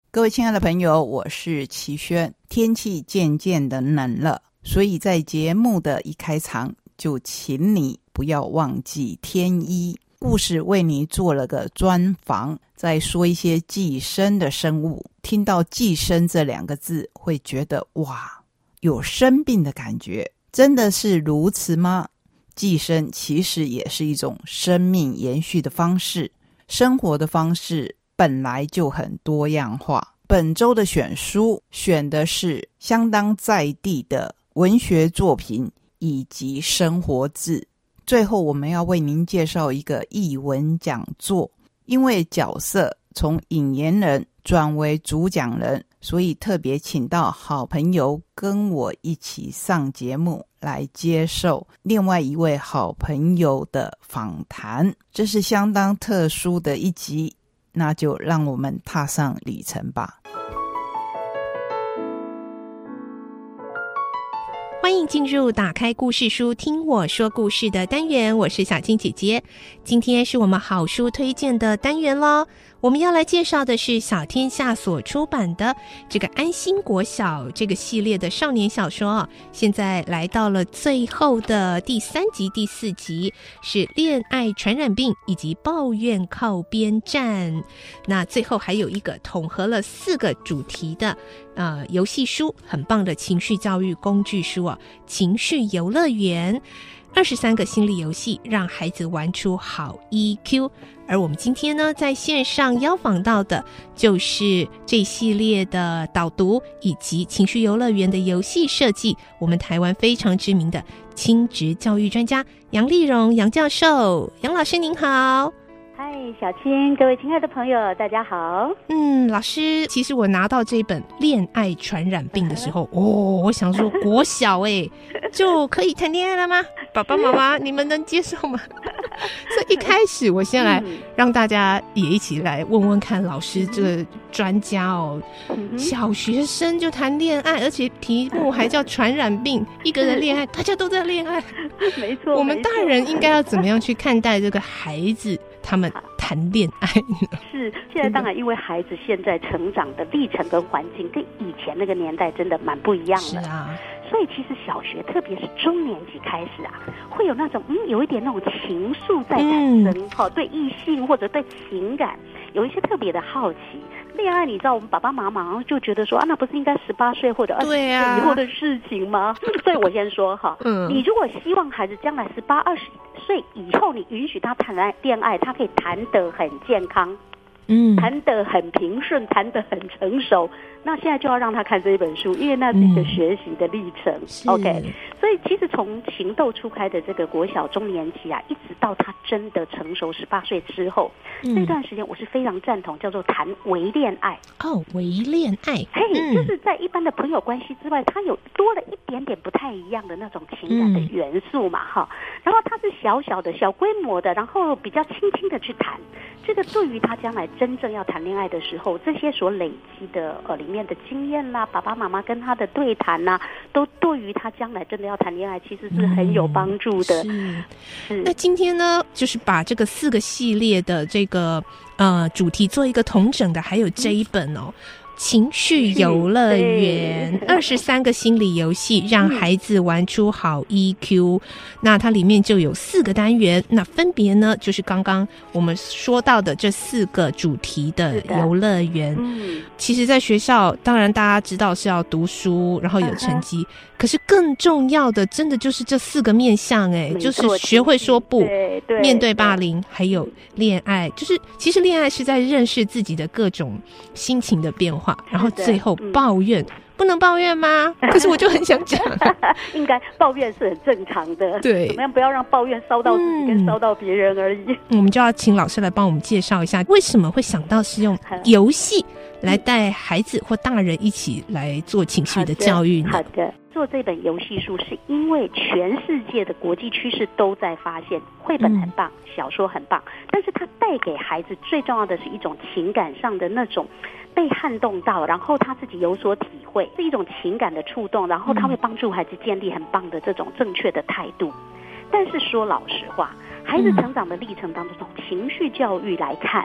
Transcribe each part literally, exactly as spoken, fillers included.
各位亲爱的朋友，我是齐轩。天气渐渐的冷了，所以在节目的一开场就请你不要忘记添衣。故事为你做了个专访，在说一些寄生的生物。听到寄生这两个字，会觉得哇，有生病的感觉。真的是如此吗？寄生其实也是一种生命延续的方式，生活的方式本来就很多样化。本周的选书选的是相当在地的文学作品以及生活志。最后我们要为您介绍一个艺文讲座，因为角色从引言人转为主讲人，所以特别请到好朋友跟我一起上节目来接受另外一位好朋友的访谈。这是相当特殊的一集，那就让我们踏上旅程吧。 欢迎进入打开故事书听我说故事的单元，我是小青姐姐。今天是我们好书推荐的单元咯，我们要来介绍的是小天下所出版的这个安心国小这个系列的少年小说，现在来到了最后的第三集第四集，是恋爱传染病以及抱怨靠边站。那最后还有一个统合了四个主题的呃游戏书，很棒的情绪教育工具书啊，情绪游乐园，二十三个心理游戏让孩子玩出好 E Q。 而我们今天呢在线上邀访到的就是这一系列的导读以及情绪游乐园的游戏设计，我们台湾非常知名的亲职教育专家杨丽蓉杨教授。杨老师您好。 嗨，小青，各位亲爱的朋友大家好。 嗯，老师，其实我拿到这本恋爱传染病的时候哦，我想说国小哎就可以谈恋爱了吗？爸爸妈妈你们能接受吗？所以一开始我先来让大家也一起来问问看老师这个专家哦，小学生就谈恋爱，而且题目还叫传染病，一个人恋爱大家都在恋爱， 没错， 我们大人应该要怎么样去看待这个孩子他们谈恋爱呢？ 是，现在当然因为孩子现在成长的历程跟环境跟以前那个年代真的蛮不一样的。 是啊， 所以其实小学特别是中年级开始啊，会有那种嗯有一点那种情愫在产生，好、嗯、对异性或者对情感有一些特别的好奇。恋爱你知道我们爸爸妈妈就觉得说啊，那不是应该十八岁或者二十岁以后的事情吗？所以我先说哈，嗯，你如果希望孩子将来十八二十岁以后，你允许他谈恋爱，他可以谈得很健康，嗯，谈得很平顺，谈得很成熟，那现在就要让他看这一本书，因为那是一个学习的历程、嗯、OK。 所以其实从情窦初开的这个国小中年期啊，一直到他真的成熟十八岁之后、嗯、这段时间我是非常赞同叫做谈微恋爱。 哦，微恋爱， 嘿、嗯，就是在一般的朋友关系之外，他有多了一点点不太一样的那种情感的元素嘛哈、嗯，然后他是小小的小规模的，然后比较轻轻的去谈，这个对于他将来真正要谈恋爱的时候，这些所累积的呃里面的经验啦，爸爸妈妈跟他的对谈啦，都对于他将来真的要谈恋爱其实是很有帮助的、 嗯、是, 是那今天呢就是把这个四个系列的这个呃主题做一个统整的，还有这一本哦、嗯，情绪游乐园，二十三个心理游戏让孩子玩出好 E Q、嗯、那它里面就有四个单元，那分别呢就是刚刚我们说到的这四个主题的游乐园、嗯、其实在学校当然大家知道是要读书然后有成绩、嗯、可是更重要的真的就是这四个面向哎，就是学会说不， 对对， 面对霸凌，还有恋爱，就是其实恋爱是在认识自己的各种心情的变化，然后最后抱怨、嗯、不能抱怨吗？可是我就很想讲应该抱怨是很正常的， 对， 怎么样不要让抱怨烧到自己跟烧到别人而已、 嗯、我们就要请老师来帮我们介绍一下为什么会想到是用游戏来带孩子或大人一起来做情绪的教育呢？ 好的，好的，做这本游戏书是因为全世界的国际趋势都在发现绘本很棒、嗯、小说很棒，但是它带给孩子最重要的是一种情感上的那种被撼动到，然后他自己有所体会，是一种情感的触动，然后他会帮助孩子建立很棒的这种正确的态度。但是说老实话，孩子成长的历程当中，从情绪教育来看，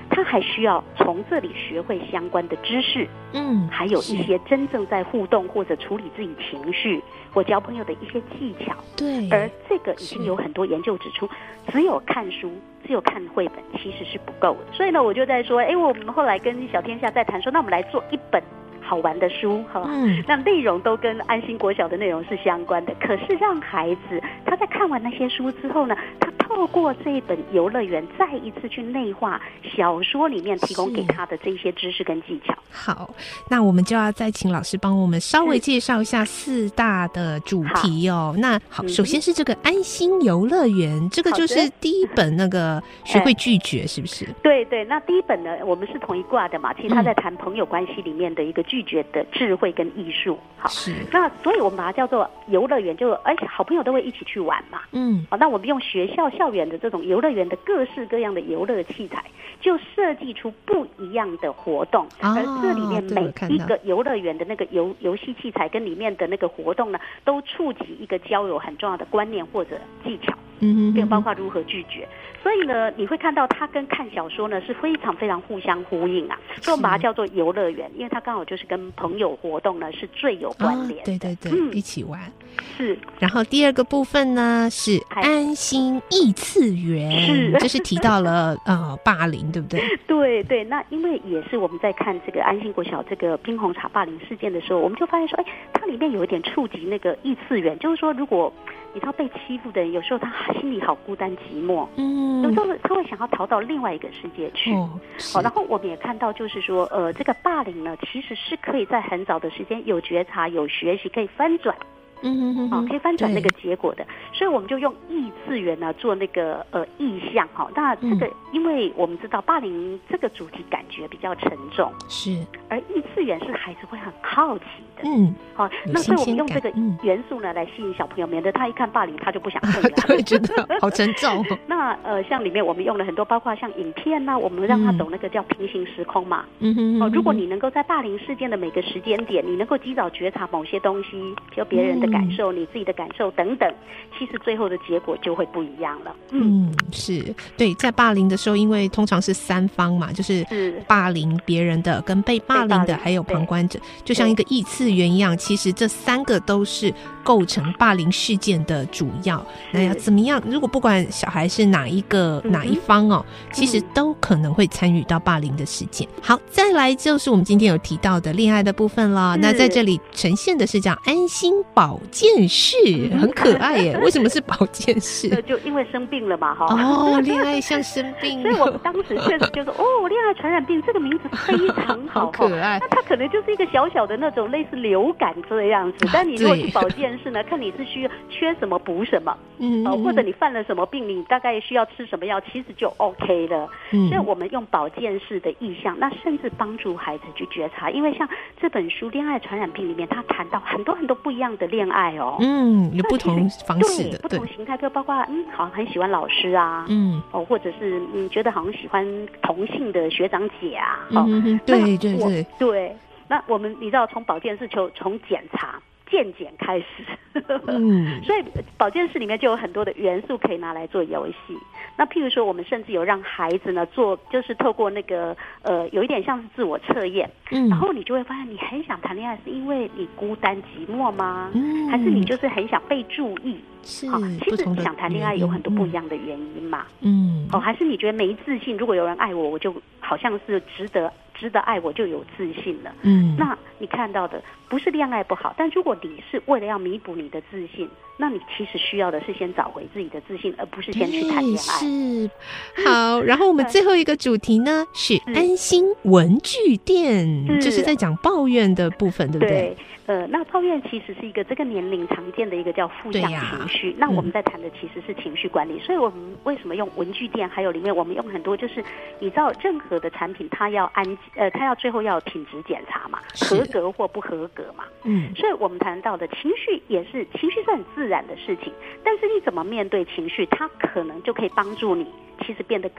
他还需要从这里学会相关的知识， 嗯， 还有一些真正在互动或者处理自己情绪或交朋友的一些技巧。 对， 而这个已经有很多研究指出，只有看书只有看绘本其实是不够的。所以呢，我就在说，哎，我们后来跟小天下在谈说，那我们来做一本好玩的书，哈、嗯，那内容都跟安心国小的内容是相关的。可是让孩子他在看完那些书之后呢，他透过这一本游乐园再一次去内化小说里面提供给他的这些知识跟技巧。 好，那我们就要再请老师帮我们稍微介绍一下四大的主题哦。那好，首先是这个安心游乐园，这个就是第一本那个学会拒绝，是不是？ 对对，那第一本呢，我们是同一挂的嘛，其实他在谈朋友关系里面的一个拒绝的智慧跟艺术。好，是，那所以我们把它叫做游乐园，就而且好朋友都会一起去玩嘛。嗯，好，那我们用学校校园的这种游乐园的各式各样的游乐器材，就设计出不一样的活动，哦、而这里面每一个游乐园的那个游游戏器材跟里面的那个活动呢，都触及一个交友很重要的观念或者技巧。嗯，更包括如何拒绝。所以呢，你会看到它跟看小说呢是非常非常互相呼应啊。所以我们把它叫做游乐园，因为它刚好就是跟朋友活动呢是最有关联、哦。 对对对，嗯，一起玩。 是。 然后第二个部分呢是安心异次元，是，这是提到了呃霸凌，对不对？ 对对，那因为也是我们在看这个安心国小这个冰红茶霸凌事件的时候，我们就发现说，哎，它里面有一点触及那个异次元，就是说如果你知道被欺负的人，有时候他心里好孤单寂寞，嗯，有时候他会想要逃到另外一个世界去。哦，好，然后我们也看到，就是说，呃，这个霸凌呢，其实是可以在很早的时间有觉察、有学习，可以翻转。嗯嗯嗯，可以翻转那个结果的，所以我们就用异次元呢做那个呃意象哈。那这个、嗯，因为我们知道霸凌这个主题感觉比较沉重， 是，而异次元是孩子会很好奇的，嗯，好，那所以我们用这个元素呢、嗯、来吸引小朋友，免得他一看霸凌他就不想碰了， 对，觉得好沉重。 那呃，像里面我们用了很多，包括像影片呐、啊，我们让他懂那个叫平行时空嘛，嗯哼，哦，如果你能够在霸凌事件的每个时间点，你能够及早觉察某些东西，就别人的感受、嗯、你自己的感受等等，其实最后的结果就会不一样了。 嗯，嗯是对，在霸凌的时候，因为通常是三方嘛，就是霸凌别人的、跟被霸凌的，还有旁观者，就像一个异次元一样，其实这三个都是构成霸凌事件的主要。那要怎么样？如果不管小孩是哪一个、嗯、哪一方哦，其实都可能会参与到霸凌的事件。好，再来就是我们今天有提到的恋爱的部分了。那在这里呈现的是叫安心保健室，很可爱耶。为什么是保健室？ 就因为生病了嘛，哈。 哦，恋爱像生病， 所以我们当时确实就说，哦，恋爱传染病这个名字非常好， 好可爱。 那它可能就是一个小小的那种类似流感这样子，但你如果去保健室呢，看你是需要缺什么补什么，嗯、呃，或者你犯了什么病，你大概需要吃什么药，其实就 OK 了。嗯、所以我们用保健室的意象，那甚至帮助孩子去觉察，因为像这本书《恋爱传染病》里面，他谈到很多很多不一样的恋爱哦， 嗯，有不同方式的， 对，不同形态，就包括嗯，好像很喜欢老师啊，嗯，哦，或者是嗯，觉得好像喜欢同性的学长姐啊，哦， 嗯、对对对对，那我们你知道从保健室就从检查。健检开始，嗯，所以保健室里面就有很多的元素可以拿来做游戏。那譬如说，我们甚至有让孩子呢做，就是透过那个呃，有一点像是自我测验，嗯，然后你就会发现，你很想谈恋爱，是因为你孤单寂寞吗？嗯，还是你就是很想被注意？ 是， 好，其实想谈恋爱有很多不一样的原因嘛，嗯，哦，还是你觉得没自信？如果有人爱我，我就好像是值得。值得爱我就有自信了，嗯，那你看到的不是恋爱不好，但如果你是为了要弥补你的自信，那你其实需要的是先找回自己的自信，而不是先去谈恋爱。 是，好，然后我们最后一个主题呢是安心文具店，就是在讲抱怨的部分，对不对？ 对，呃，那抱怨其实是一个这个年龄常见的一个叫负向情绪，那我们在谈的其实是情绪管理，嗯，所以我们为什么用文具店，还有里面我们用很多，就是你知道任何的产品它要安呃，它要最后要有品质检查嘛，合格或不合格嘛，嗯，所以我们谈到的情绪也是，情绪是很自然的事情，但是你怎么面对情绪，它可能就可以帮助你其实变得更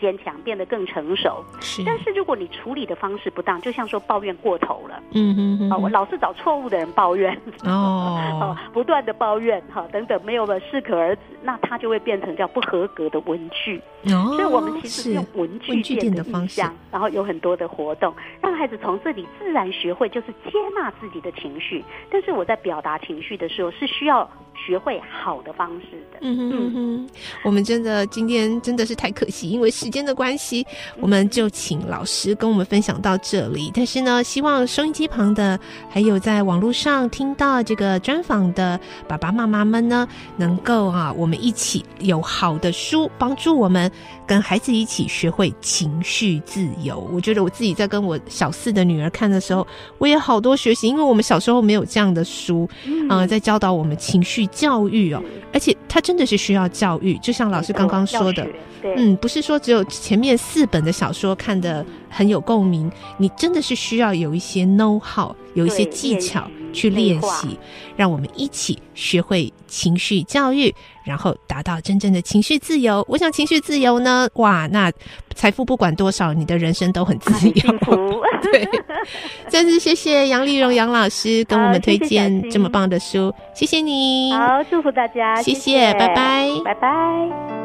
坚强，变得更成熟。 是， 但是如果你处理的方式不当，就像说抱怨过头了， 嗯哼哼， 哦，我老是找错误的人抱怨， 哦， 不断的抱怨，哈，等等，没有了适可而止，那他就会变成叫不合格的文具。 哦， 所以我们其实是用文具店的方式， 然后有很多的活动，让孩子从这里自然学会就是接纳自己的情绪。但是我在表达情绪的时候，是需要学会好的方式的。 嗯哼哼哼，我们真的今天真的是太可惜，因为时间的关系，我们就请老师跟我们分享到这里。但是呢，希望收音机旁的还有在网络上听到这个专访的爸爸妈妈们呢，能够啊，我们一起有好的书帮助我们跟孩子一起学会情绪自由。我觉得我自己在跟我小四的女儿看的时候，我也好多学习，因为我们小时候没有这样的书，嗯、呃，在教导我们情绪教育哦，而且它真的是需要教育，就像老师刚刚说的，嗯，不是说只有前面四本的小说看得很有共鸣，你真的是需要有一些 know how， 有一些技巧去练习，让我们一起学会情绪教育，然后达到真正的情绪自由。我想情绪自由呢，哇，那财富不管多少，你的人生都很自由。 幸福。 对，再次谢谢杨丽蓉杨老师跟我们推荐这么棒的书，谢谢你。 好，祝福大家， 谢谢， 谢谢， 拜拜， 拜拜。